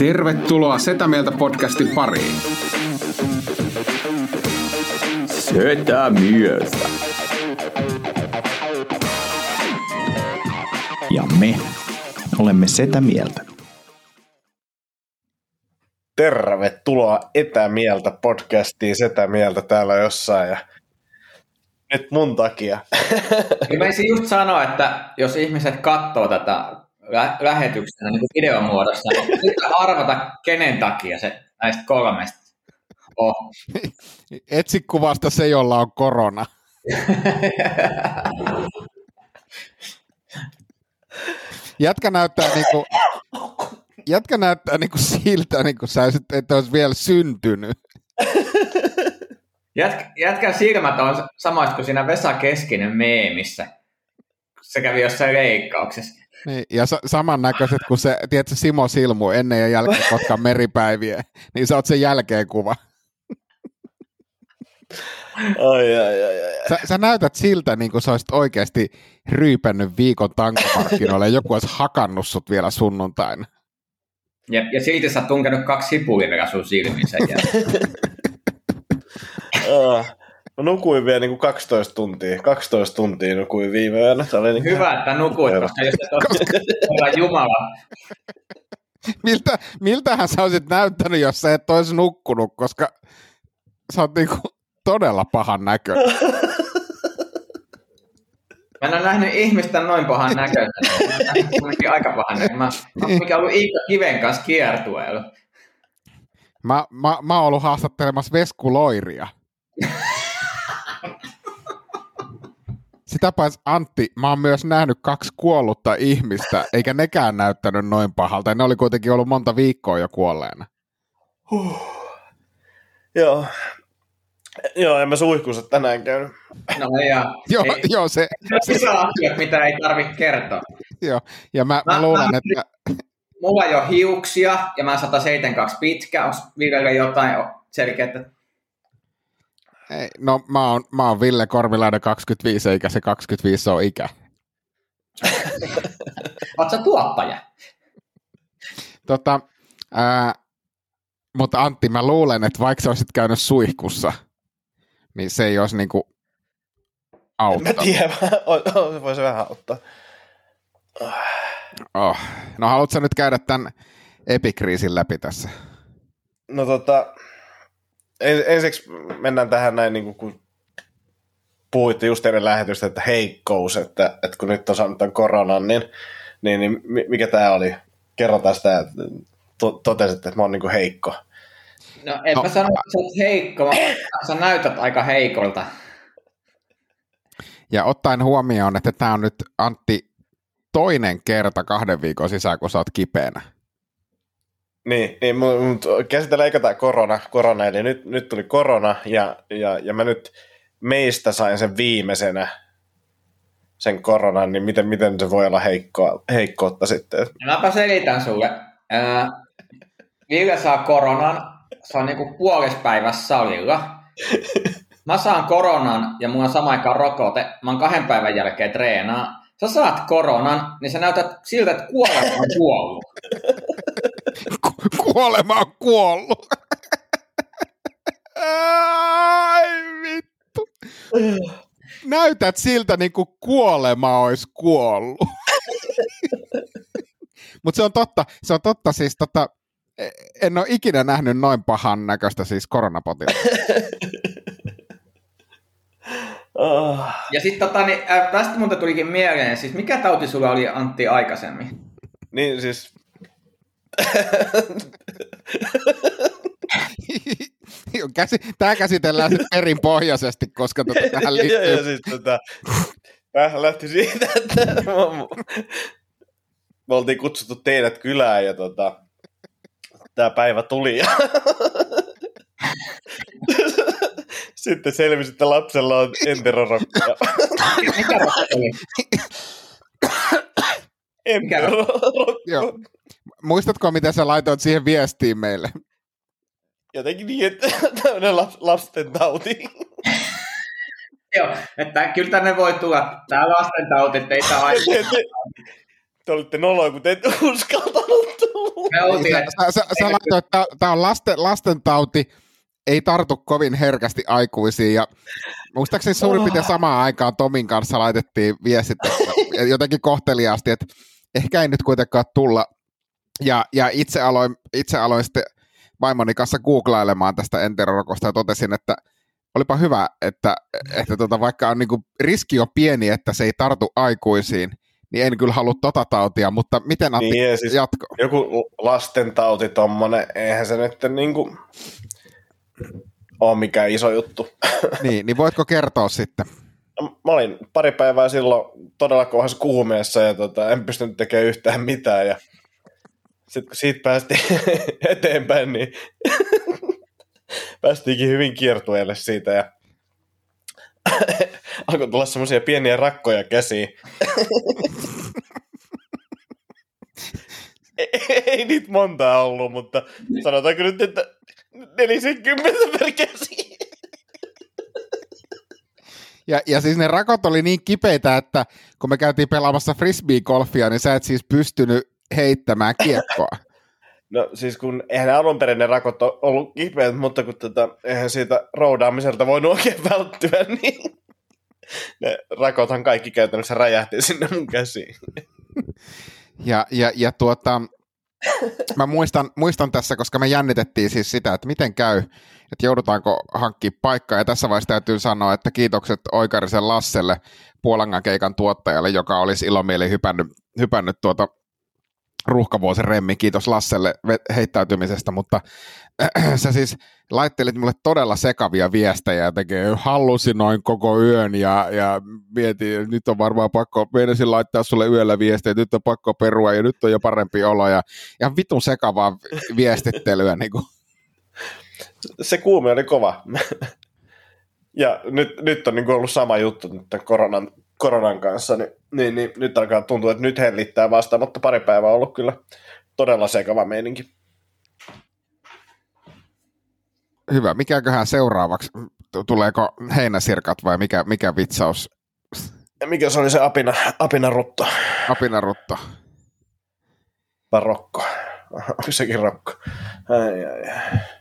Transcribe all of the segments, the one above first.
Tervetuloa Setä Mieltä podcastin pariin. Setä Mieltä. Ja me olemme Setä Mieltä. Tervetuloa Etämieltä podcastiin Setä Mieltä täällä jossain ja nyt mun takia. Mä olisin just sanoa, että jos ihmiset katsoo tätä lähetyksenä niin kuin videon muodossa, niin pitää arvata, kenen takia se näistä kolmesta on. Etsi kuvasta se, jolla on korona. Jätkä näyttää niinku siltä, niin kuin sä et olisi vielä syntynyt. Jätkän silmät on samoista kuin siinä Vesa Keskinen meemissä. Se kävi jossain leikkauksessa. Niin, ja samannäköiset kuin se, tiedätkö, Simo Silmu ennen ja jälkeen Kotkan meripäiviä, niin sä oot sen jälkeen kuva. Ai. Sä näytät siltä, niin kuin sä olisit oikeasti ryypännyt viikon tankomarkkinoille ja joku olisi hakannut sut vielä sunnuntaina. Ja silti sä oot tunkenut 2 hipulia sun silmiin sen jälkeen. Mä nukuin vielä niin 12 tuntia. 12 tuntia nukuin viime yönä. Niin hyvä, että nukuit, koska jos et ole Jumala. Miltähän sä olisit näyttänyt, jos sä et olisi nukkunut, koska sä oot niinku todella pahan näköinen. Mä en ole nähnyt ihmistä noin pahan näköistä. Mä oon aika pahan näköistä. Mä oon ollut Iikka Kiven kanssa kiertueella. Mä oon ollut haastattelemassa Vesku Loiria. Sitä paitsi Antti, mä oon myös nähnyt 2 kuollutta ihmistä, eikä nekään näyttänyt noin pahalta. Ne oli kuitenkin ollut monta viikkoa jo kuolleena. Joo, en mä suihkussa tänään käynyt. No ja... Joo, se asiat, mitä ei tarvitse kertoa. Joo, ja mä luulen, että... Mulla ei ole hiuksia, ja mä 172 pitkä. Onko Villelle jotain selkeää? Ei, no mä oon Ville Korvilainen 25, eikä se 25 ole ikä. Oot sä tuottaja? Mutta Antti, mä luulen, että vaikka sä olisit käynyt suihkussa, niin se ei olisi niinku auttanut. Mä tiedän, se voisi vähän auttaa. No haluatko nyt käydä tämän epikriisin läpi tässä? No ensiksi mennään tähän näin, niin kun puhuitte just ennen lähetystä, että heikkous, että kun nyt on saanut tämän koronan, niin mikä tämä oli? Kerrotaan sitä, että totesit, että mä oon niin kuin heikko. No enpä sano, että sä oot heikko, sä näytät aika heikolta. Ja ottaen huomioon, että tämä on nyt, Antti, toinen kerta 2 viikon sisään, kun sä oot kipeänä. Niin mutta käsitellään eikä tämä korona, eli nyt tuli korona, ja mä nyt meistä sain sen viimeisenä, sen koronan, niin miten se voi olla heikkoutta sitten? Mäpä selitän sulle. Ville saa koronan, se on niinku puolispäivässä salilla. Mä saan koronan ja mulla on sama aikaan rokote, mä oon 2 päivän jälkeen treenaa. Sä saat koronan, niin sä näytät siltä, että kuolema on kuollut. Kuolema on kuollut. Ai vittu. Näytät siltä, niin kuin kuolema olisi kuollut. Mutta se on totta siis, en ole ikinä nähnyt noin pahan näköistä siis koronapotilasta. Ja sitten tästä muuten tulikin mieleen, siis mikä tauti sulla oli, Antti, aikaisemmin? Niin siis... Tämä käsitellään sitten perinpohjaisesti, koska tähän liittyy... Ja siis tämähän lähti siitä, että me oltiin kutsuttu teidät kylään ja tämä päivä tuli ja sitten selvisi, että lapsella on enterorokka. Mikä rokka oli? Joo. Muistatko, mitä sä laitoit siihen viestiin meille? Jotenkin niin, että tämmöinen lasten tauti. Joo, että kyllä tänne voi tulla. Tää lastentauti, että ei tää aina. Te olitte noloja, kun te ette uskaltanut Sä laitoit, että tämä on lastentauti, ei tartu kovin herkästi aikuisiin, ja muistaakseni suurin piirtein samaan aikaan Tomin kanssa laitettiin viestit jotenkin kohteliaasti, että ehkä ei nyt kuitenkaan tulla, ja itse aloin sitten vaimoni kanssa googlailemaan tästä enterorokosta ja totesin, että olipa hyvä, että vaikka on niinku, riski on pieni, että se ei tartu aikuisiin, niin en kyllä halua tota tautia, mutta miten Antti niin, siis jatko? Joku lastentauti tommonen, eihän se nyt niinku ole mikään iso juttu. Niin voitko kertoa sitten? Mä olin pari päivää silloin todella kovassa kuumeessa ja en pystynyt tekemään yhtään mitään ja sitten kun siitä päästiin eteenpäin, niin päästiinkin hyvin kiertueelle siitä ja alkoi tulla semmoisia pieniä rakkoja käsiin. Ei niitä montaa ollut, mutta sanotaanko nyt, että 40 per käsi. Ja siis ne rakot oli niin kipeitä, että kun me käytiin pelaamassa frisbee-golfia, niin sä et siis pystynyt heittämään kiekkoa. No siis kun eihän alun perin ne rakot ollut kipeät, mutta kun eihän siitä roudaamiselta voinut oikein välttyä, niin ne rakothan kaikki käytännössä räjähti sinne mun käsiin. Ja mä muistan tässä, koska me jännitettiin siis sitä, että miten käy, että joudutaanko hankkia paikkaa, ja tässä vaiheessa täytyy sanoa, että kiitokset Oikarisen Lasselle, Puolangan keikan tuottajalle, joka olisi ilomieli hypännyt ruuhkavuosen remmi, kiitos Lasselle heittäytymisestä, mutta sä siis laittelit mulle todella sekavia viestejä ja halusin noin koko yön ja mietin, että nyt on varmaan pakko, meinasin laittaa sulle yöllä viestejä, että nyt on pakko perua ja nyt on jo parempi olo ja ihan vitun sekavaa viestittelyä. Niin kuin. Se kuume oli kova. Ja nyt on niin kuin ollut sama juttu nyt koronan kanssa, niin nyt alkaa tuntua, että nyt hellittää vasta, mutta pari päivää on ollut kyllä todella sekava meininki. Hyvä. Mikäköhän seuraavaksi? Tuleeko heinäsirkat vai mikä vitsaus? Mikä se oli se apinarutto? Apinarutto. Vai rokko? Onko sekin rokko? Ai.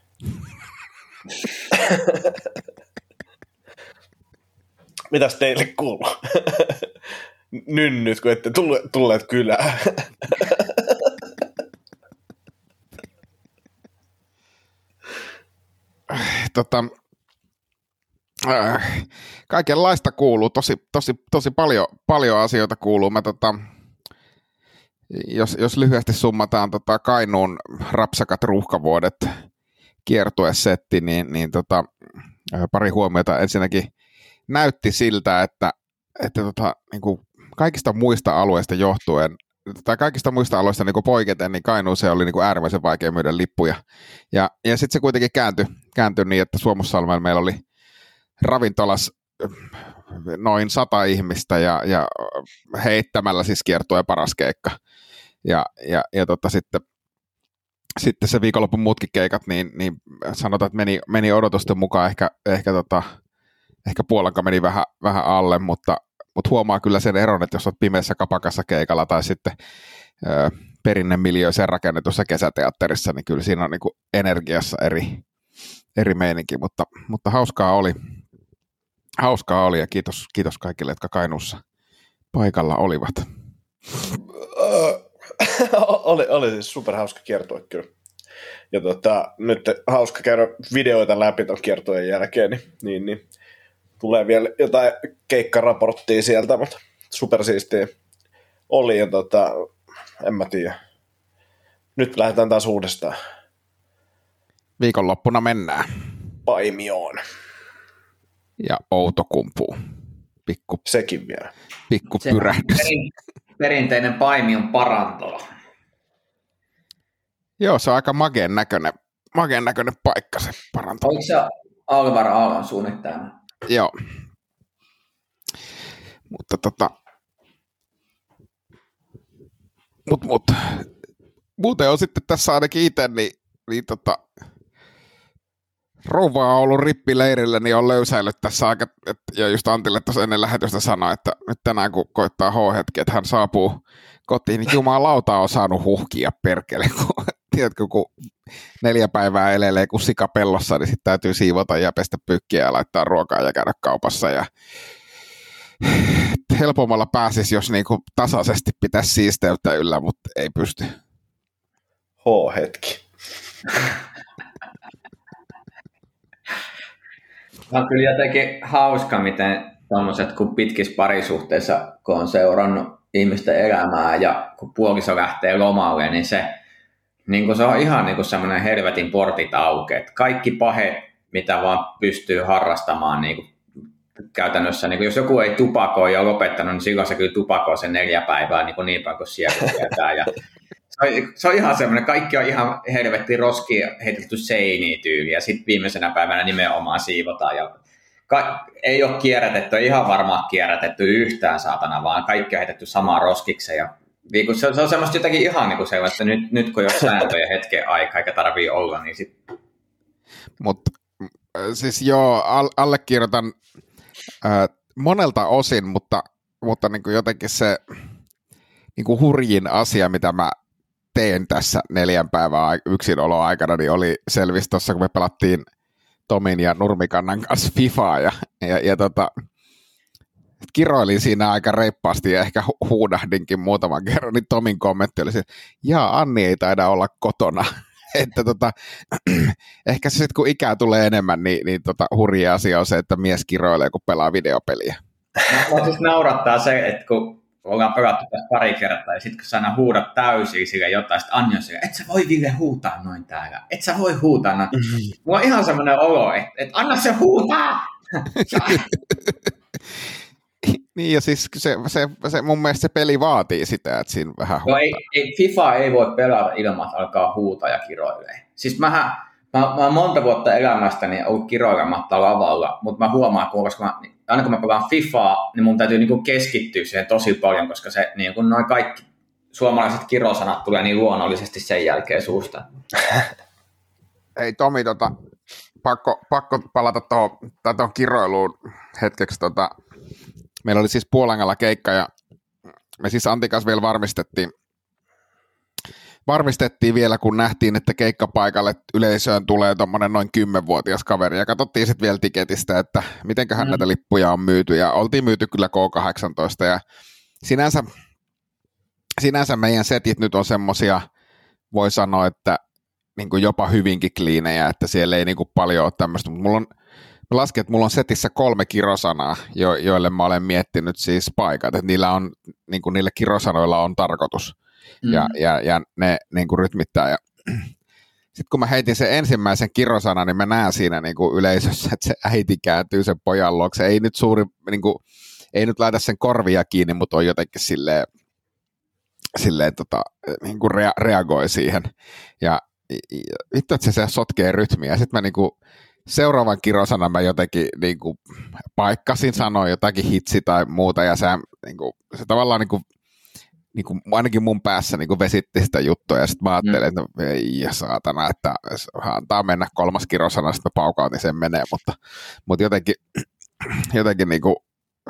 Mitäs teille kuuluu? Nynnyt, kun ette tulleet kylään. Kaikenlaista kuuluu, tosi paljon asioita kuuluu. Mä jos lyhyesti summataan Kainuun rapsakat ruuhkavuodet kiertuesetti, niin pari huomiota. Ensinnäkin näytti siltä, että niin kuin kaikista muista alueista johtuen, tai kaikista muista alueista niin kuin poiketen, niin Kainuuseen oli niin kuin äärimmäisen vaikea myydä lippuja. Ja sitten se kuitenkin kääntyi niin, että Suomussalmella meillä oli ravintolas noin 100 ihmistä ja heittämällä siis kiertue paras keikka. Ja sitten se viikonlopun muutkin keikat, niin sanotaan, että meni odotusten mukaan ehkä Puolanka meni vähän alle, mutta huomaa kyllä sen eron, että jos olet pimeässä kapakassa keikalla tai sitten perinnemiljöiseen rakennetussa kesäteatterissa, niin kyllä siinä on niin kuin energiassa eri meininki, mutta hauskaa oli ja kiitos kaikille, jotka Kainuussa paikalla olivat. Oli siis superhauska kiertue kyllä. Ja nyt hauska käydä videoita läpi ton kiertueen jälkeen, niin tulee vielä jotain keikkaraporttia sieltä, mutta supersiistiä oli ja en mä tiedä. Nyt lähdetään taas uudestaan. Viikonloppuna mennään. Paimioon. Ja Outokumpuun. Sekin vielä. Pikku pyrähdys. Perinteinen Paimion parantola. Joo, se on aika mageen näköinen paikka se parantola. Oliko se Alvar Aallon suunnittelema? Joo. Mutta muuten on sitten tässä ainakin itse, niin Rouva on ollut rippileirillä, niin on löysäillyt tässä aika, ja just Antille tuossa ennen lähetystä sanoi, että nyt tänään kun koittaa H-hetki, että hän saapuu kotiin, niin jumalauta on saanut huhkia perkele, kun, tiedätkö, kun 4 päivää elelee kun sika pellossa, niin sitten täytyy siivota ja pestä pyykkiä ja laittaa ruokaa ja käydä kaupassa, ja helpommalla pääsisi, jos niinku tasaisesti pitäisi siisteyttä yllä, mutta ei pysty. H-hetki. On kyllä jotenkin hauska, miten tommoset, kun pitkissä parisuhteissa, kun on seurannut ihmisten elämää ja kun puoliso lähtee lomalle, niin se on ihan niin kuin semmoinen helvetin portit auki. Että kaikki pahet, mitä vaan pystyy harrastamaan niin kuin käytännössä, niin kuin jos joku ei tupakoi ja lopettanut, niin silloin se kyllä tupakoi sen 4 päivää niin paljon kuin sieltä tietää. Ja se on ihan semmoinen, kaikki on ihan helvetti roskia heitetty seiniin tyyliin ja sitten viimeisenä päivänä nimenomaan siivotaan. Ja ei ole kierrätetty, ihan varmaan kierrätetty yhtään saatana, vaan kaikki on heitetty samaan roskikseen. Ja se on semmoista jotakin ihan niin kuin sellaista, että nyt kun ei ole sääntöjä hetken aikaa eikä tarvii olla, niin sitten. Mutta siis joo, allekirjoitan monelta osin, mutta niin kuin jotenkin se niin kuin hurjin asia, mitä mä tein tässä 4 päivää yksinoloaikana, niin selvisi tuossa, kun me pelattiin Tomin ja Nurmikannan kanssa Fifaa ja kiroilin siinä aika reippaasti ja ehkä huudahdinkin muutaman kerran, niin Tomin kommentti oli se, että jaa, Anni ei taida olla kotona. Että ehkä se sitten kun ikää tulee enemmän, niin hurja asia on se, että mies kiroilee, kun pelaa videopeliä. No siis naurattaa se, että kun ollaan pelattu tässä pari kertaa, ja sitten kun sä aina huudat täysin sille jotain, sitten Anni on sille, et sä voi Ville huutaa noin täällä, et sä voi huutaa noin. Mulla on ihan semmoinen olo, että anna se huutaa! Niin ja siis se mun mielestä se peli vaatii sitä, että siinä vähän huutaa. No FIFA ei voi pelata ilman, että alkaa huutaa ja kiroilee. Siis mä oon monta vuotta elämästäni ollut kiroilematta lavalla, mutta mä huomaan, koska aina kun mä pelaan FIFAa, niin mun täytyy niinku keskittyä siihen tosi paljon, koska se niinku noin kaikki suomalaiset kirosanat tulee niin luonnollisesti sen jälkeen suusta. Ei Tomi, pakko palata tuohon kiroiluun hetkeksi. Meillä oli siis Puolangalla keikka ja me siis Antin kanssa vielä varmistettiin vielä, kun nähtiin, että keikkapaikalle yleisöön tulee tuommoinen noin 10-vuotias kaveri, ja katsottiin sitten vielä tiketistä, että mitenköhän näitä lippuja on myyty, ja oltiin myyty kyllä K18, ja sinänsä meidän setit nyt on semmosia, voi sanoa, että niin kuin jopa hyvinkin kliinejä, että siellä ei niin kuin paljon ole tämmöistä, mutta mä laskin, että mulla on setissä 3 kirosanaa, joille mä olen miettinyt siis paikat, että niillä on, niin kuin niille kirosanoilla on tarkoitus. Ja ne niin kuin rytmittää. Ja sitten kun mä heitin sen ensimmäisen kirosanan, niin mä näen siinä niin kuin yleisössä, että se äiti kääntyy sen pojan luokse. Ei nyt niin kuin, ei nyt laita sen korvia kiinni, mutta on jotenkin silleen niin kuin reagoi siihen. Ja vittu, että se sotkee rytmiä. Sitten mä niin kuin seuraavan kirosanan mä jotenkin niin kuin paikkasin, sanoin jotakin hitsi tai muuta, ja se se tavallaan niin kuin ainakin mun päässä niin kuin vesitti sitä juttua, ja sitten mä ajattelin, että ei saatana, että antaa mennä 3. kirosana, sitten mä paukautin sen menee, mutta jotenkin niin kuin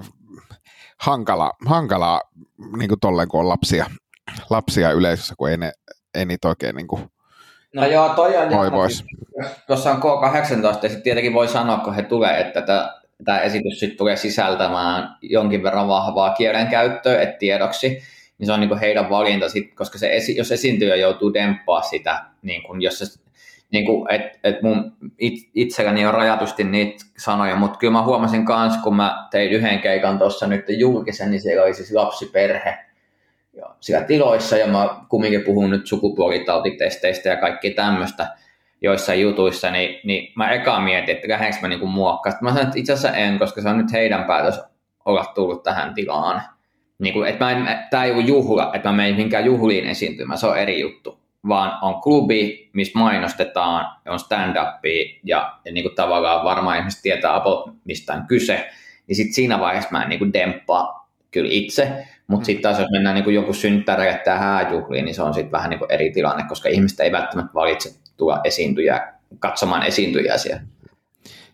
hankalaa niin kuin tolleen, kun on lapsia yleisössä, kun ei niitä oikein niin kuin no joo, toi on toivoisi. Tuossa on K18, ja sitten tietenkin voi sanoa, kun he tulee, että tämä esitys sitten tulee sisältämään jonkin verran vahvaa kielenkäyttöä, että tiedoksi, niin se on niinku heidän valinta, koska jos esiintyjä joutuu demppaa sitä, niin kun jos niinku, et mun itselläni on rajatusti niitä sanoja, mutta kyllä mä huomasin myös, kun mä tein yhden keikan tuossa nyt julkisen, niin siellä oli siis lapsiperhe ja siellä tiloissa, ja mä kumminkin puhun nyt sukupuolitautitesteistä ja kaikki tämmöistä joissain jutuissa, niin mä eka mietin, että lähdenkö mä niinku muokkaan. Mä sanoin, että itse asiassa en, koska se on nyt heidän päätös olla tullut tähän tilaan. Niin kuin, tämä ei ole juhla, että mä menen mihinkään juhliin esiintymään, se on eri juttu, vaan on klubi, missä mainostetaan, on stand-upia ja niin kuin tavallaan varmaan ihmiset tietää mistä on kyse, niin sitten siinä vaiheessa mä en niin kuin demppaa kyllä itse, mutta sitten taas jos mennään niin kuin joku synttäreille tai hääjuhliin, niin se on sitten vähän niin kuin eri tilanne, koska ihmiset ei välttämättä valitse tulla katsomaan esiintyjää siellä.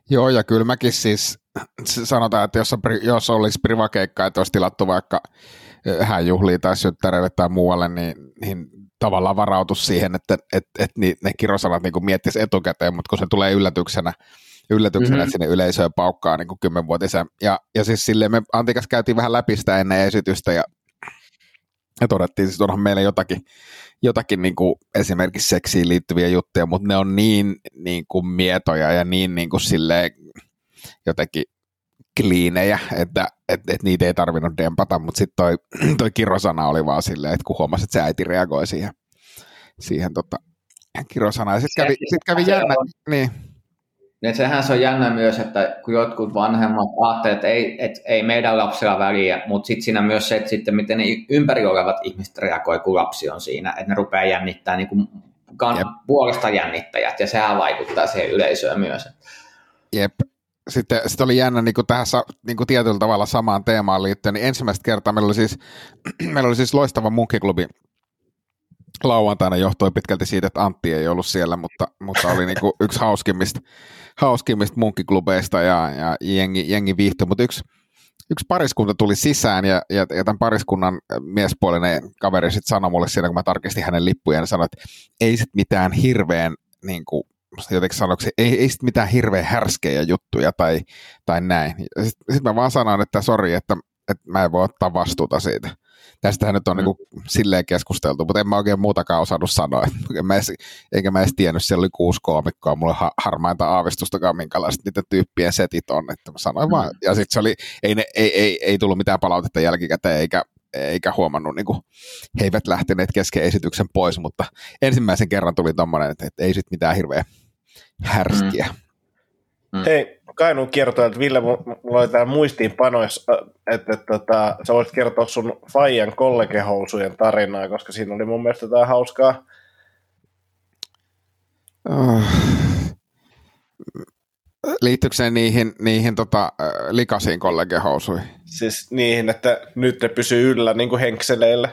Joo, ja kyllä mäkin siis sanotaan, että jos olisi privakeikka, että olisi tilattu vaikka häjuhliin tai synttäreille tai muualle, niin tavallaan varautus siihen, että ne kirosanat niin miettisi etukäteen, mutta kun se tulee yllätyksenä että sinne yleisöön paukkaa niin 10-vuotisen. Ja siis silleen me Antikas käytiin vähän läpi sitä ennen esitystä ja todettiin, siis onhan meillä jotakin niin kuin esimerkiksi seksiin liittyviä juttuja, mutta ne on niin kuin mietoja ja niin kuin silleen jotenkin kliinejä, että niitä ei tarvinnut dempata, mutta sitten toi kirosana oli vaan silleen, että kun huomasi, että se äiti reagoi siihen kirosanaan. Ja sitten kävi jännä. Niin. Ja sehän se on jännä myös, että kun jotkut vanhemmat ajattelevat, että ei meidän lapsilla väliä, mutta sitten siinä myös se, että sitten miten ne ympäri olevat ihmiset reagoi, kun lapsi on siinä, että ne rupeaa jännittämään niin kuin puolesta jännittäjät, ja sehän vaikuttaa siihen yleisöön myös. Jep. Sitten oli jännä niin kuin tähän niin kuin tietyllä tavalla samaan teemaan liittyen, niin ensimmäistä kertaa meillä oli siis loistava munkkiklubi lauantaina, johtui pitkälti siitä, että Antti ei ollut siellä, mutta oli niin kuin yksi hauskimmista munkkiklubeista ja jengi viihtyi, mutta yksi pariskunta tuli sisään ja tämän pariskunnan miespuolinen kaveri sitten sanoi mulle siinä, kun mä tarkistin hänen lippujaan, sanoi, että ei sit mitään hirveän niin kuin jotenkin sanoksi, ei sit mitään hirveän härskejä juttuja tai näin. Sitten mä vaan sanoin, että sori, että mä en voi ottaa vastuuta siitä. Tästähän nyt on niin kuin silleen keskusteltu, mutta en mä oikein muutakaan osannut sanoa. Enkä mä edes tiennyt, siellä oli 6 koomikkoa, mulla ei harmainta aavistustakaan, minkälaiset niitä tyyppien setit on. Että mä sanoin vaan, ja sitten se oli, ei tullut mitään palautetta jälkikäteen, eikä huomannut, niin kuin, he eivät lähteneet kesken esityksen pois, mutta ensimmäisen kerran tuli tommoinen, että ei sit mitään hirveä härskiä. Hei, Kainuun kiertoilta, Ville, mulla oli täällä muistiinpanoissa, että sä voisit kertoa sun faijan kollegehousujen tarinaa, koska siinä oli mun mielestä jotain hauskaa. Liittyykö se niihin likaisiin kollegehousuihin? Siis niihin, että nyt ne pysyy yllä niin kuin henkseleillä.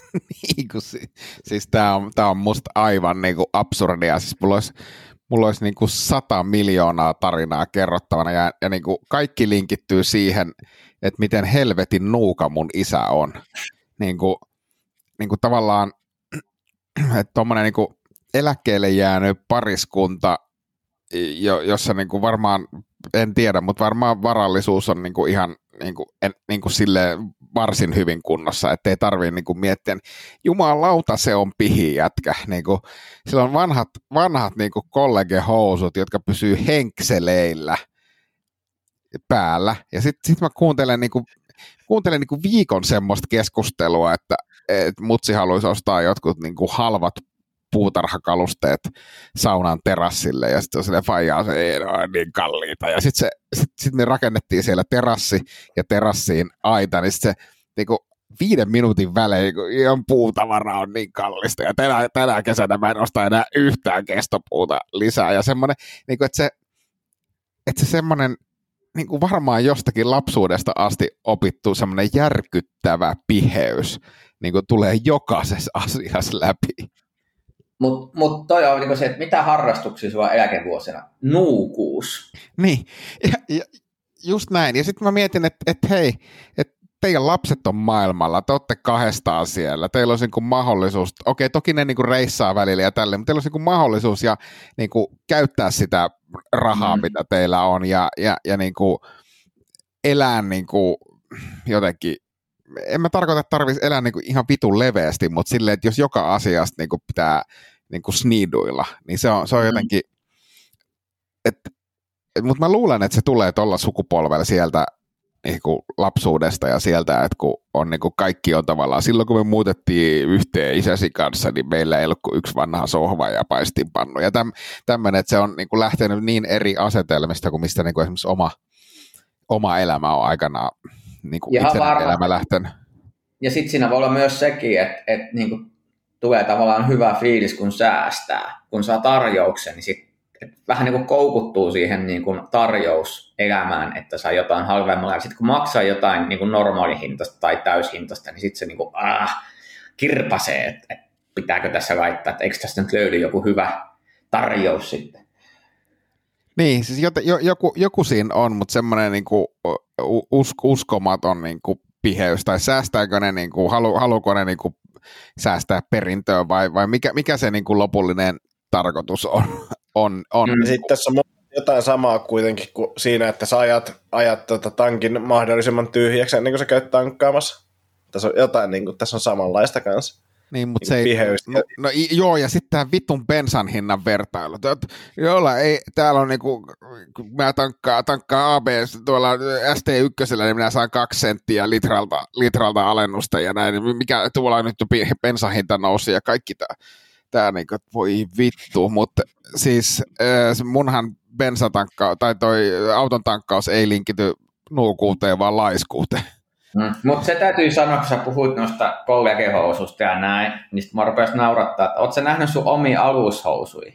Siis tää on musta aivan niin kuin absurdia. Siis mulla olisi niin kuin 100 miljoonaa tarinaa kerrottavana ja niin kuin kaikki linkittyy siihen, että miten helvetin nuuka mun isä on. Niin kuin tavallaan, että tommonen niin kuin eläkkeelle jäänyt pariskunta, jossa niin kuin varmaan, en tiedä, mutta varmaan varallisuus on niin kuin ihan niin kuin silleen varsin hyvin kunnossa, ettei tarvitse niin kuin miettiä, jumalauta se on pihi jätkä. Niin kuin, sillä on vanhat niin kuin kollegehousut, jotka pysyy henkseleillä päällä. Ja sitten mä kuuntelen niin kuin viikon semmoista keskustelua, että mutsi haluaisi ostaa jotkut niin kuin halvat puutarhakalusteet saunan terassille, ja sitten on silleen faijaa, se ei ole niin kalliita. Ja sitten me rakennettiin siellä terassi ja terassiin aita, niin sitten se niin 5 minuutin välein, kun ihan puutavara on niin kallista, ja tänä kesänä mä en osta enää yhtään kestopuuta lisää, ja semmoinen, niin että se semmoinen niin kuin varmaan jostakin lapsuudesta asti opittu semmoinen järkyttävä piheys, niin kuin tulee jokaisessa asiassa läpi. Mutta toi on niinku se, että mitä harrastuksia sulla eläkevuosina? Nuukuus. Niin, ja just näin. Ja sitten mä mietin, että hei, että teidän lapset on maailmalla, te olette kahdestaan siellä, teillä olisi niinku mahdollisuus, okei, toki ne niinku reissaa välillä ja tälleen, mutta teillä olisi niinku mahdollisuus ja niinku käyttää sitä rahaa, mitä teillä on, ja niinku elää niinku jotenkin, en mä tarkoita, että tarvitsisi elää niinku ihan vitun leveästi, mutta silleen, että jos joka asiasta niinku pitää niinku sniiduilla, niin se on jotenkin, mutta mä luulen, että se tulee tuolla sukupolvella sieltä niinku lapsuudesta ja sieltä, että kun on niinku kaikki on tavallaan, silloin kun me muutettiin yhteen isäsi kanssa, niin meillä ei ollut kuin yksi vanha sohva ja paistinpannu ja tämmöinen, että se on niinku lähtenyt niin eri asetelmista kuin mistä niinku esimerkiksi oma elämä on aikanaan niinku itsenäinen elämä lähtenyt. Ja sitten siinä voi olla myös sekin, että niinku tulee tavallaan hyvä fiilis, kun säästää. Kun saa tarjouksen, niin sitten vähän niin kuin koukuttuu siihen niin kuin tarjouselämään, että saa jotain halvemmalla. Ja sitten kun maksaa jotain niin kuin normaalihintaista tai täyshintaista, niin sitten se niin kuin, kirpasee, että pitääkö tässä laittaa, että eikö tästä nyt löydy joku hyvä tarjous sitten. Niin, siis joku siinä on, mutta semmoinen niinku uskomaton niinku piheys, tai säästääkö ne, niinku, haluuko ne niinku säästää perintöä, vai mikä se niinku lopullinen tarkoitus on. Sitten tässä on jotain samaa kuitenkin kuin siinä, että sä ajat tankin mahdollisimman tyhjäksi ennen kuin sä käyt tankkaamassa. Tässä on jotain, niin kuin, tässä on samanlaista kanssa. Niin, mutta se ei, joo, ja sitten tämä vitun bensan hinnan vertailu. Jolla ei, täällä on niinku, kun mä tankkaan ABS tuolla ST1, niin minä saan 2 senttiä litralta alennusta ja näin. Mikä tuolla nyt bensan hinta nousi ja kaikki tää niinku, voi vittu. Mutta siis munhan bensatankkaus, tai toi auton tankkaus ei linkity nuukuuteen, vaan laiskuuteen. Mutta se täytyy sanoa, kun sä puhuit noista kollegehoususta ja näin, niin sit mä rupesin naurattaa, että oot sä nähnyt sun omia alushousui?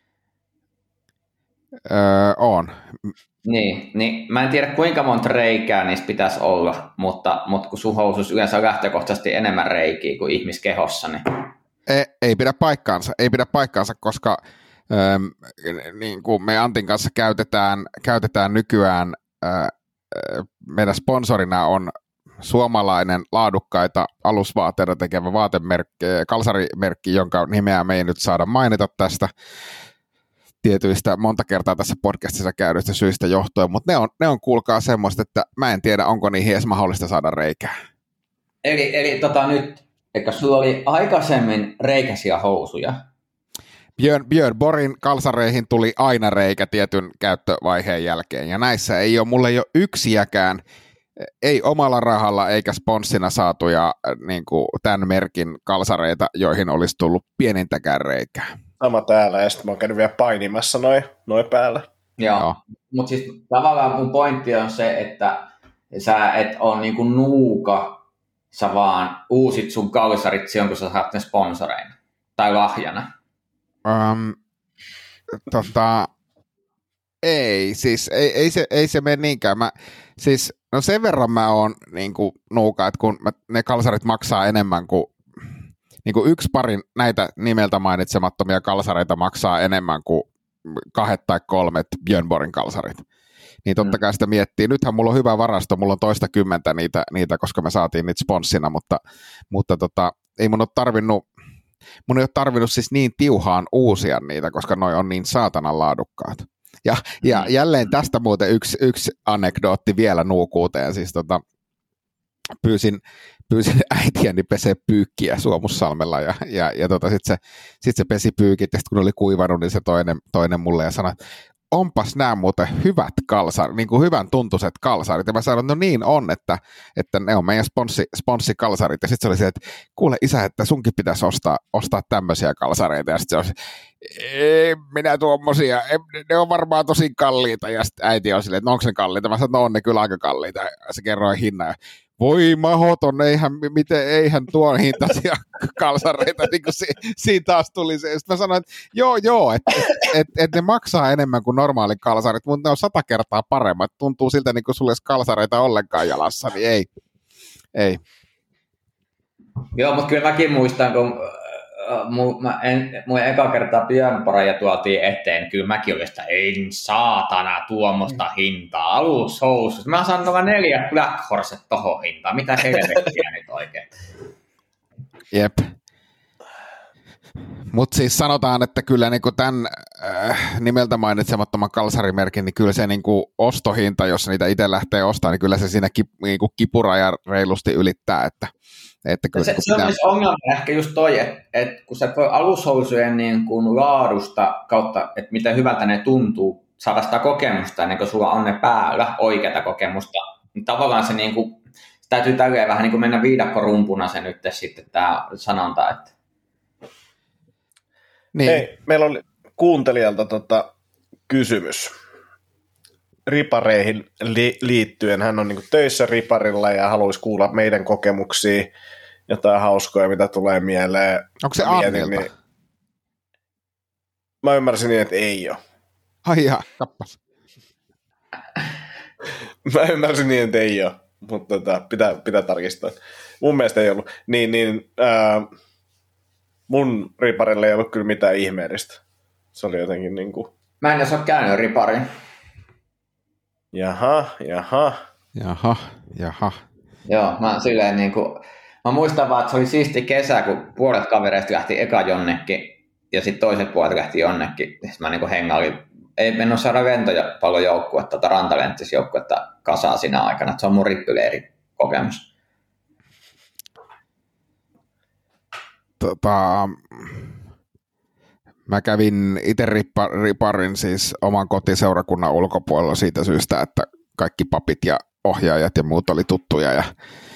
On. Niin, mä en tiedä kuinka monta reikää niistä pitäisi olla, mutta kun sun housuissa yleensä on lähtökohtaisesti enemmän reikiä kuin ihmiskehossa. Niin... Ei pidä paikkaansa, koska niin kuin me Antin kanssa käytetään nykyään, meidän sponsorina on suomalainen laadukkaita alusvaateita tekevä vaatemerkki, kalsarimerkki, jonka nimeä me ei nyt saada mainita tästä tietyistä monta kertaa tässä podcastissa käydyistä syistä johtuen, mutta ne on kuulkaa semmoista, että mä en tiedä, onko niihin edes mahdollista saada reikää. Eli nyt, eikö sulla oli aikaisemmin reikäisiä housuja? Björn Borgin kalsareihin tuli aina reikä tietyn käyttövaiheen jälkeen, ja näissä ei ole, mulle ei ole yksiäkään, ei omalla rahalla eikä sponssina saatuja niin kuin tämän merkin kalsareita, joihin olisi tullut pienintäkään reikää. Sama täällä, ja sitten mä oon käynyt vielä painimassa noin päällä. Joo. Mutta siis tavallaan mun pointti on se, että sä et ole niinku nuuka, sä vaan uusit sun kalsarit silloin, kun sä saat ne sponsoreina tai lahjana. Ei, siis ei se mene niinkään. No sen verran mä oon niinku nuuka, että kun ne kalsarit maksaa enemmän kuin niinku yksi parin näitä nimeltä mainitsemattomia kalsareita maksaa enemmän kuin 2 tai 3 Björn Borgin kalsarit. Niin totta kai sitä miettii. Nythän mulla on hyvä varasto, mulla on toista 10 niitä, koska me saatiin niitä sponssina, mutta ei mun ei ole tarvinnut siis niin tiuhaan uusia niitä, koska noi on niin saatanan laadukkaat. Ja jälleen tästä muuten yksi anekdootti vielä nuukuuteen. Siis pyysin äitiäni pesee pyykkiä Suomussalmella ja sit se pesi pyykit ja sitten kun oli kuivannut, niin se toinen mulle ja sanoi, onpas nämä muuten hyvät kalsarit, niin kuin hyvän tuntuiset kalsarit. Ja mä sanoin, no niin on, että ne on meidän sponssikalsarit. Ja sitten se oli se, että kuule isä, että sunkin pitäisi ostaa tämmöisiä kalsareita. Ja sitten se oli, ei minä tuommoisia, ne on varmaan tosi kalliita. Ja sitten äiti on silleen, että no onko ne kalliita? Mä sanoin, no on ne kyllä aika kalliita. Ja se kerroi hinnan. Voi mahoton, eihän tuon hintaisia kalsareita, niin kuin siinä taas tuli se. Sitten mä sanoin, että joo, että ne maksaa enemmän kuin normaali kalsarit, mutta ne on 100 kertaa paremmat. Tuntuu siltä, niin kuin sulla olisi kalsareita ollenkaan jalassa, niin ei. Joo, mutta kyllä mäkin muistan, kun mun eka kertaa Björn Borgia tuotiin eteen, kyllä mäkin olin sitä, ei saatana tuommoista hintaa, alushousut. Mä saan noin 4 Black Horset tohon hintaan, mitä helvettiä nyt oikein. Jep. Mutta siis sanotaan, että kyllä niinku tämän nimeltä mainitsemattoman kalsarimerkin, niin kyllä se niinku ostohinta, jos niitä itse lähtee ostamaan, niin kyllä se siinä niinku kipuraja reilusti ylittää, että kyllä se on myös ongelma ehkä just toi, että kun sä voi alushousujen niin kuin laadusta kautta, että miten hyvältä ne tuntuu, saada sitä kokemusta ennen kuin sulla on ne päällä, oikeata kokemusta, niin tavallaan se niin kuin, täytyy tälleen vähän niin kuin mennä viidakkorumpuna se nyt sitten tämä sanonta. Että... Niin. Hei, meillä oli kuuntelijalta kysymys ripareihin liittyen. Hän on niin kuin töissä riparilla ja haluaisi kuulla meidän kokemuksia, jotain hauskoja, mitä tulee mieleen. Onko se Annilta? Niin... Mä ymmärsin niin, että ei ole. Ai jaa, kappas. Mä ymmärsin niin, että ei ole, mutta pitää tarkistaa. Mun mielestä ei ollut. Mun riparille ei ollut kyllä mitään ihmeellistä. Se oli jotenkin niin kuin Mä en edes ole käynyt riparin. Jaha. Joo, mä silleen niinku, mä muistan vaan, että se oli siisti kesä, kun puolet kavereista lähti eka jonnekin, ja sitten toiset puolet lähti jonnekin. Sitten mä niinku hengailin. Ei mennyt saada ventopallojoukkuetta tai rantalenttisjoukkuetta kasaa siinä aikana, että se on mun rippyleiri kokemus. Mä kävin itse riparin siis oman kotiseurakunnan ulkopuolella siitä syystä, että kaikki papit ja ohjaajat ja muut oli tuttuja. Ja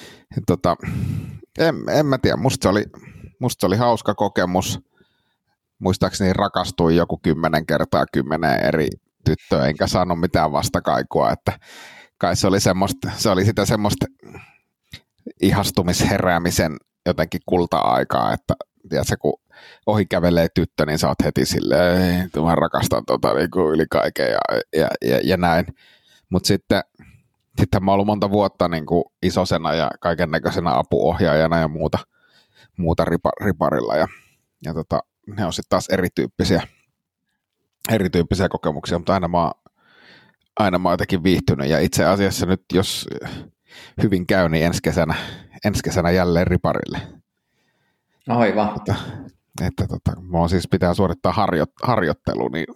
en mä tiedä, musta se oli hauska kokemus. Muistaakseni rakastuin joku 10 kertaa 10 eri tyttöä, enkä saanut mitään vastakaikua, että kai se oli sitä semmoista ihastumisheräämisen jotenkin kulta-aikaa, että tiedätkö, kun ohi kävelee tyttö, niin sä oot heti silleen, mä rakastan niin kuin yli kaiken ja näin. Mutta sitten mä oon ollut monta vuotta niin kuin isosena ja kaiken näköisenä apuohjaajana ja muuta riparilla ja ne on sitten taas erityyppisiä kokemuksia, mutta aina mä oon jotenkin viihtynyt ja itse asiassa nyt jos hyvin käy, niin ensi kesänä jälleen riparille. Aivan. Mulla siis pitää suorittaa harjoittelu, niin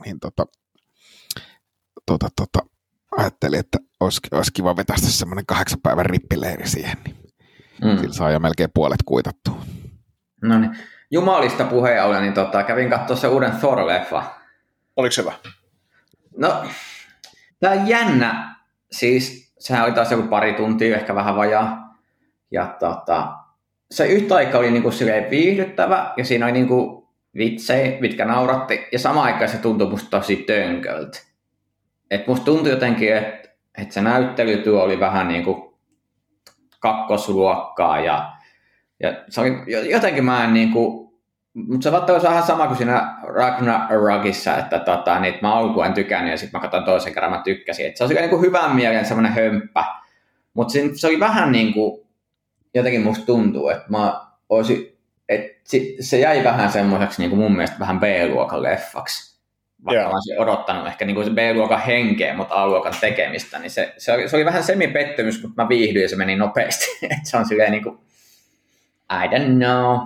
ajattelin, että olisi kiva vetästä semmoinen 8 päivän rippileiri siihen, niin sillä saa jo melkein puolet kuitattua. No niin. Jumalista puheen ollen, niin kävin katsoa se uuden Thor-leffa. Oliko hyvä? No, tää on jännä. Siis sehän oli taas joku pari tuntia, ehkä vähän vajaa. Ja se yhtä aikaa oli niinku silleen viihdyttävä, ja siinä oli niinku vitsejä, mitkä nauratti, ja samaan aikaan se tuntui musta tosi tönköltä. Et musta tuntui jotenkin, että se näyttelytyö oli vähän niinku kakkosluokkaa, ja se oli jotenkin mä en niinku, mutta se oli vähän sama kuin siinä Ragnarokissa, että niitä mä alkuun en tykännyt, ja sitten mä katsoin toisen kerran, mä tykkäsin. Et se oli niinku hyvän mielen semmoinen hömppä, mutta se oli vähän niinku, jotenkin musta tuntuu, että se jäi vähän semmoiseksi niinku mun mielestä vähän B-luokan leffaksi. Vaikka mä olisin odottanut ehkä niinku se B-luokan henkeä, mutta A-luokan tekemistä, niin se oli vähän semipettymys, mutta mä viihdyin ja se meni nopeasti. Se on silleen niinku, I don't know.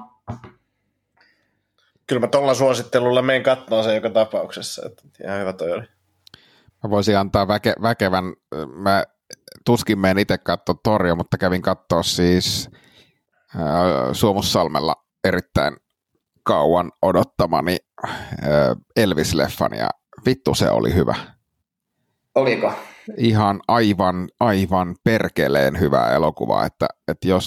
Kyllä mä tuolla suosittelulla menen katsomaan sen joka tapauksessa, että ihan hyvä toi oli. Mä voisin antaa väkevän, mä tuskin menen itse katsoa Thoria, mutta kävin katsoa siis Suomussalmella erittäin kauan odottamani Elvis-leffan ja vittu se oli hyvä. Oliko? Ihan aivan perkeleen hyvä elokuva, että jos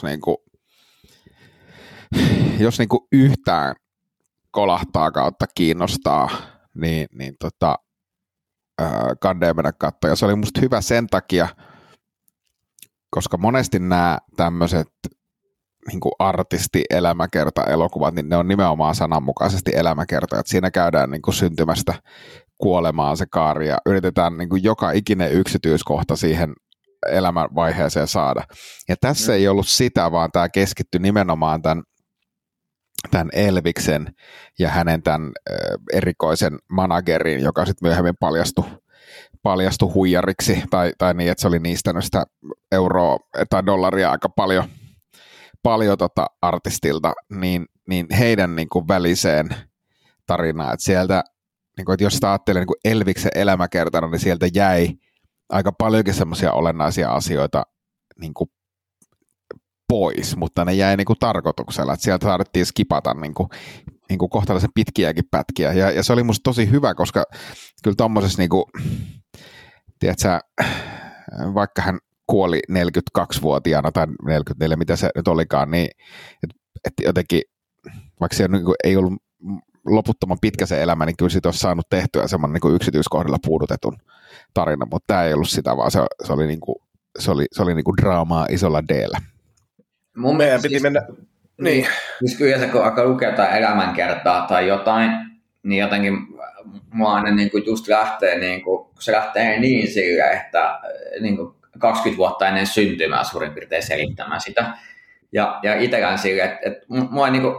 niinku yhtään kolahtaa kautta kiinnostaa, niin kannattaa mennä katsoa. Ja se oli musta hyvä sen takia, koska monesti nämä tämmöiset niinku artisti-elämäkerta-elokuvat, niin ne on nimenomaan sananmukaisesti elämäkertoja. Et siinä käydään niinku syntymästä kuolemaan se kaari ja yritetään niinku joka ikinen yksityiskohta siihen elämänvaiheeseen saada. Ja tässä ei ollut sitä, vaan tämä keskittyi nimenomaan tämän Elviksen ja hänen tämän erikoisen managerin, joka sitten myöhemmin paljastui huijariksi, tai niin, että se oli niistänyt sitä euroa tai dollaria aika paljon artistilta, niin heidän niin kuin väliseen tarinaan, että sieltä, niin kuin, että jos sitä ajattelee niin kuin Elviksen elämäkertana, niin sieltä jäi aika paljonkin semmoisia olennaisia asioita niin kuin pois, mutta ne jäi niin kuin tarkoituksella, että sieltä saadettiin skipata niin kuin kohtalaisen pitkiäkin pätkiä, ja se oli musta tosi hyvä, koska kyllä tommosessa niin kuin, tiedätkö, vaikka hän kuoli 42-vuotiaana tai 44, mitä se nyt olikaan, niin että jotenkin, vaikka se niin kuin ei ollut loputtoman pitkä se elämä, niin kyllä siitä olisi saanut tehtyä semmoinen niin kuin yksityiskohdilla puudutetun tarina, mutta tämä ei ollut sitä, vaan se oli, niin kuin, se oli niin kuin draamaa isolla D-llä. Mun meidän piti mennä. Niin. Siis kyllä kun alkaa lukea jotain elämänkertaa tai jotain, niin jotenkin mua aina niin kuin just lähtee, niin kuin, kun se lähtee niin sille, että niin kuin 20 vuotta ennen syntymää suurin piirtein selittämään sitä. Ja itsellään sille, että mua niin kuin,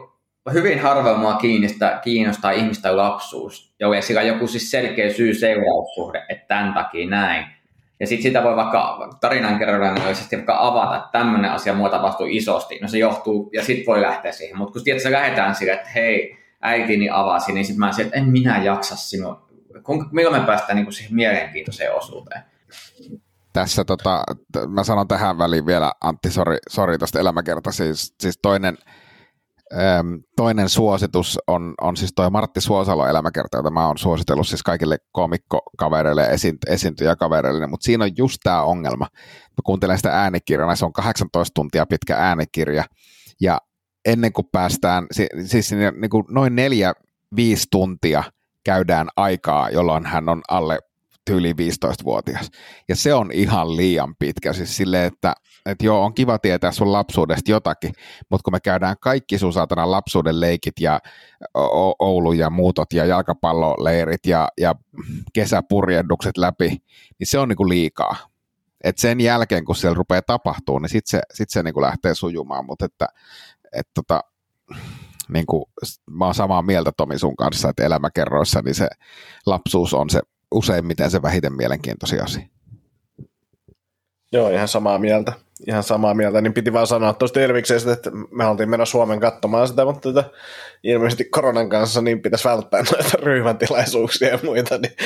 hyvin harvoin mua kiinnostaa ihmisten lapsuus, jolle sillä on joku siis selkeä syy-seuraussuhde, että tämän takia näin. Ja sitten sitä voi vaikka tarinankerronnallisesti vaikka avata, että tämmöinen asia mua tapahtuu isosti. No se johtuu, ja sitten voi lähteä siihen. Mutta kun tiedät, lähdetään sille, että hei, äitini avasi, niin sitten mä sanoin, että en minä jaksa sinua. Milloin me päästään niin siihen mielenkiintoiseen osuuteen? Tässä mä sanon tähän väliin vielä, Antti, sori tuosta elämäkerta, siis toinen suositus on siis toi Martti Suosalon elämäkerta, jota mä oon suositellut siis kaikille komikkokavereille ja esiintyjäkavereille, mutta siinä on just tämä ongelma. Mä kuuntelen sitä äänikirjana, se on 18 tuntia pitkä äänikirja, ja ennen kuin päästään, siis niin kuin noin 4-5 tuntia käydään aikaa, jolloin hän on alle tyyli 15-vuotias. Ja se on ihan liian pitkä. Siis silleen, että joo, on kiva tietää sun lapsuudesta jotakin, mutta kun me käydään kaikki sun saatana lapsuuden leikit ja Oulun ja muutot ja jalkapalloleirit ja kesäpurjehdukset läpi, niin se on niinku liikaa. Et sen jälkeen, kun siellä rupeaa tapahtuu, niin sit se niinku lähtee sujumaan, mutta niinku, mä oon samaa mieltä Tomi sun kanssa, että elämäkerroissa niin se lapsuus on se useimmiten se vähiten mielenkiintoisia asia. Joo, ihan samaa mieltä. Niin piti vaan sanoa tuosta Elviksestä, että me oltiin mennä Suomen katsomaan sitä, mutta ilmeisesti koronan kanssa niin pitäisi välttää noita ryhmätilaisuuksia ja muita, niin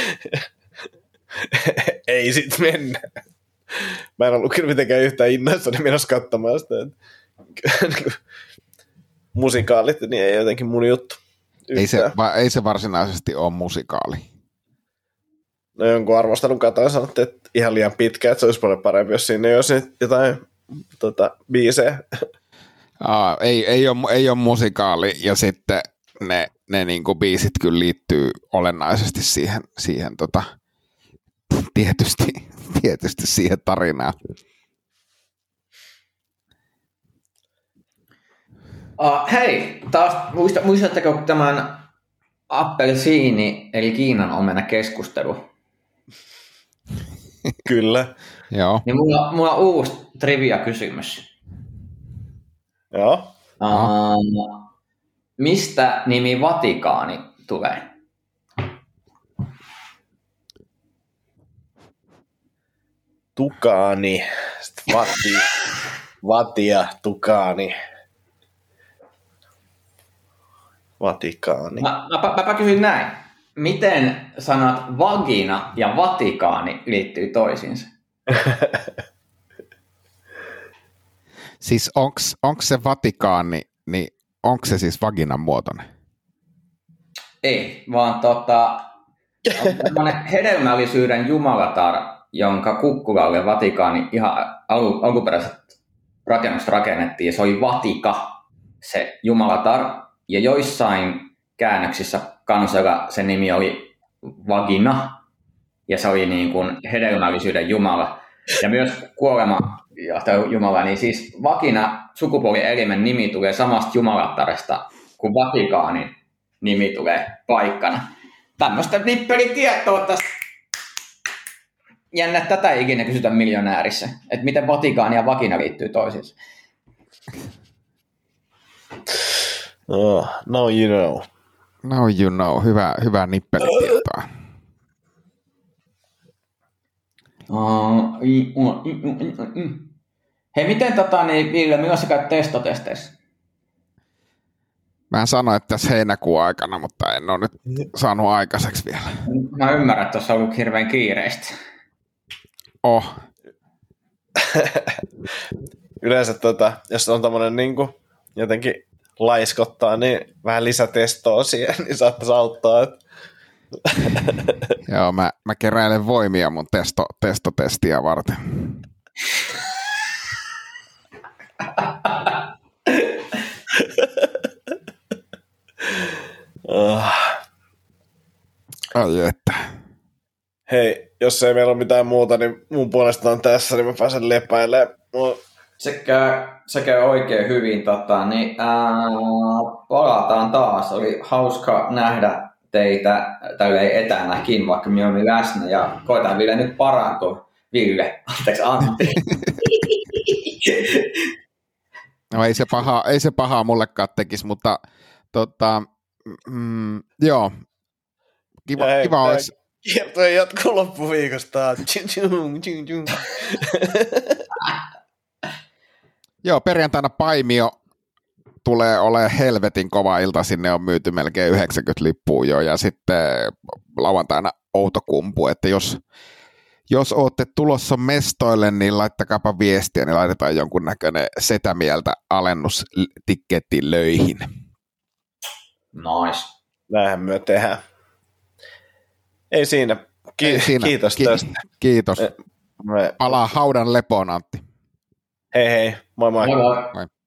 ei sit mennä. Mä en ollut kyllä mitenkään yhtään innoissani menossa katsomaan sitä. Musikaalit, niin ei jotenkin mun juttu. Ei se varsinaisesti ole musikaali. No jonkun arvostelun katoin sanottiin, että ihan liian pitkä, että se olisi paljon parempi, jos siinä ei olisi jotain biisejä. Ei ole musikaali, ja sitten ne niinku biisit kyllä liittyy olennaisesti siihen tietysti siihen tarinaan. Hei, taas muistatteko tämän appelsiini eli Kiinan omena keskustelu? Kyllä. Joo. Niin mulla on uusi trivia-kysymys. Joo. Mistä nimi Vatikaani tulee? Tukaani. Vatia, tukaani. Vatikaani. Mä kysyn näin. Miten sanat vagina ja Vatikaani liittyy toisiinsa? Siis onko se Vatikaani, niin onko se siis vaginan muotoinen? Ei, vaan on tämmöinen hedelmällisyyden jumalatar, jonka kukkulalle Vatikaani ihan alkuperäiset rakennukset rakennettiin, ja se oli Vatika, se jumalatar, ja joissain käännöksissä kansalla se nimi oli Vagina, ja se oli niin kuin hedelmällisyyden jumala. Ja myös kuolema jumala, niin siis Vagina sukupuolielimen nimi tulee samasta jumalattaresta kuin Vatikaanin nimi tulee paikkana. Tämmöistä nippelitietoa tästä. Jännä, tätä ei ikinä kysytä miljonäärissä, että miten Vatikaani ja Vagina liittyy toisiinsa. Oh, now you know. Now you know. Hyvää nippelitietoa. Hei, miten Ville, milloin sä käyt testotesteissä? Mä sanoin, että tässä heinäkuun aikana, mutta en ole nyt saanut aikaiseksi vielä. Mä ymmärrän, että tuossa on ollut hirveän kiireistä. Yleensä jos on tommonen niinku jotenkin laiskottaa, niin vähän lisätestoa siihen, niin saattaisi auttaa. Joo, mä keräilen voimia mun testotestiä varten. Ai että. Hei, jos ei meillä ole mitään muuta, niin mun puolestaan tässä, niin mä pääsen lepäilemään. Se käy oikein hyvin. Palataan taas. Oli hauska nähdä teitä tälleen etänäkin, vaikka minä olin läsnä. Ja koitan Ville nyt parantua. Anteeksi Antti. No ei se pahaa mullekaan tekisi, mutta Joo, kiva olisi. Kiertue jatkuu loppuviikosta. Joo, perjantaina Paimio tulee olemaan helvetin kova ilta, sinne on myyty melkein 90 lippua jo, ja sitten lauantaina Outokumpu, että jos olette tulossa mestoille, niin laittakaapa viestiä, niin laitetaan jonkunnäköinen setämieltä alennustikketti löihin. Nice. Näinhän me tehdään. Ei siinä. Kiitos tästä. Kiitos. Palaa haudan lepoon, Antti. Hei hei. Moi moi. Moi moi. Moi.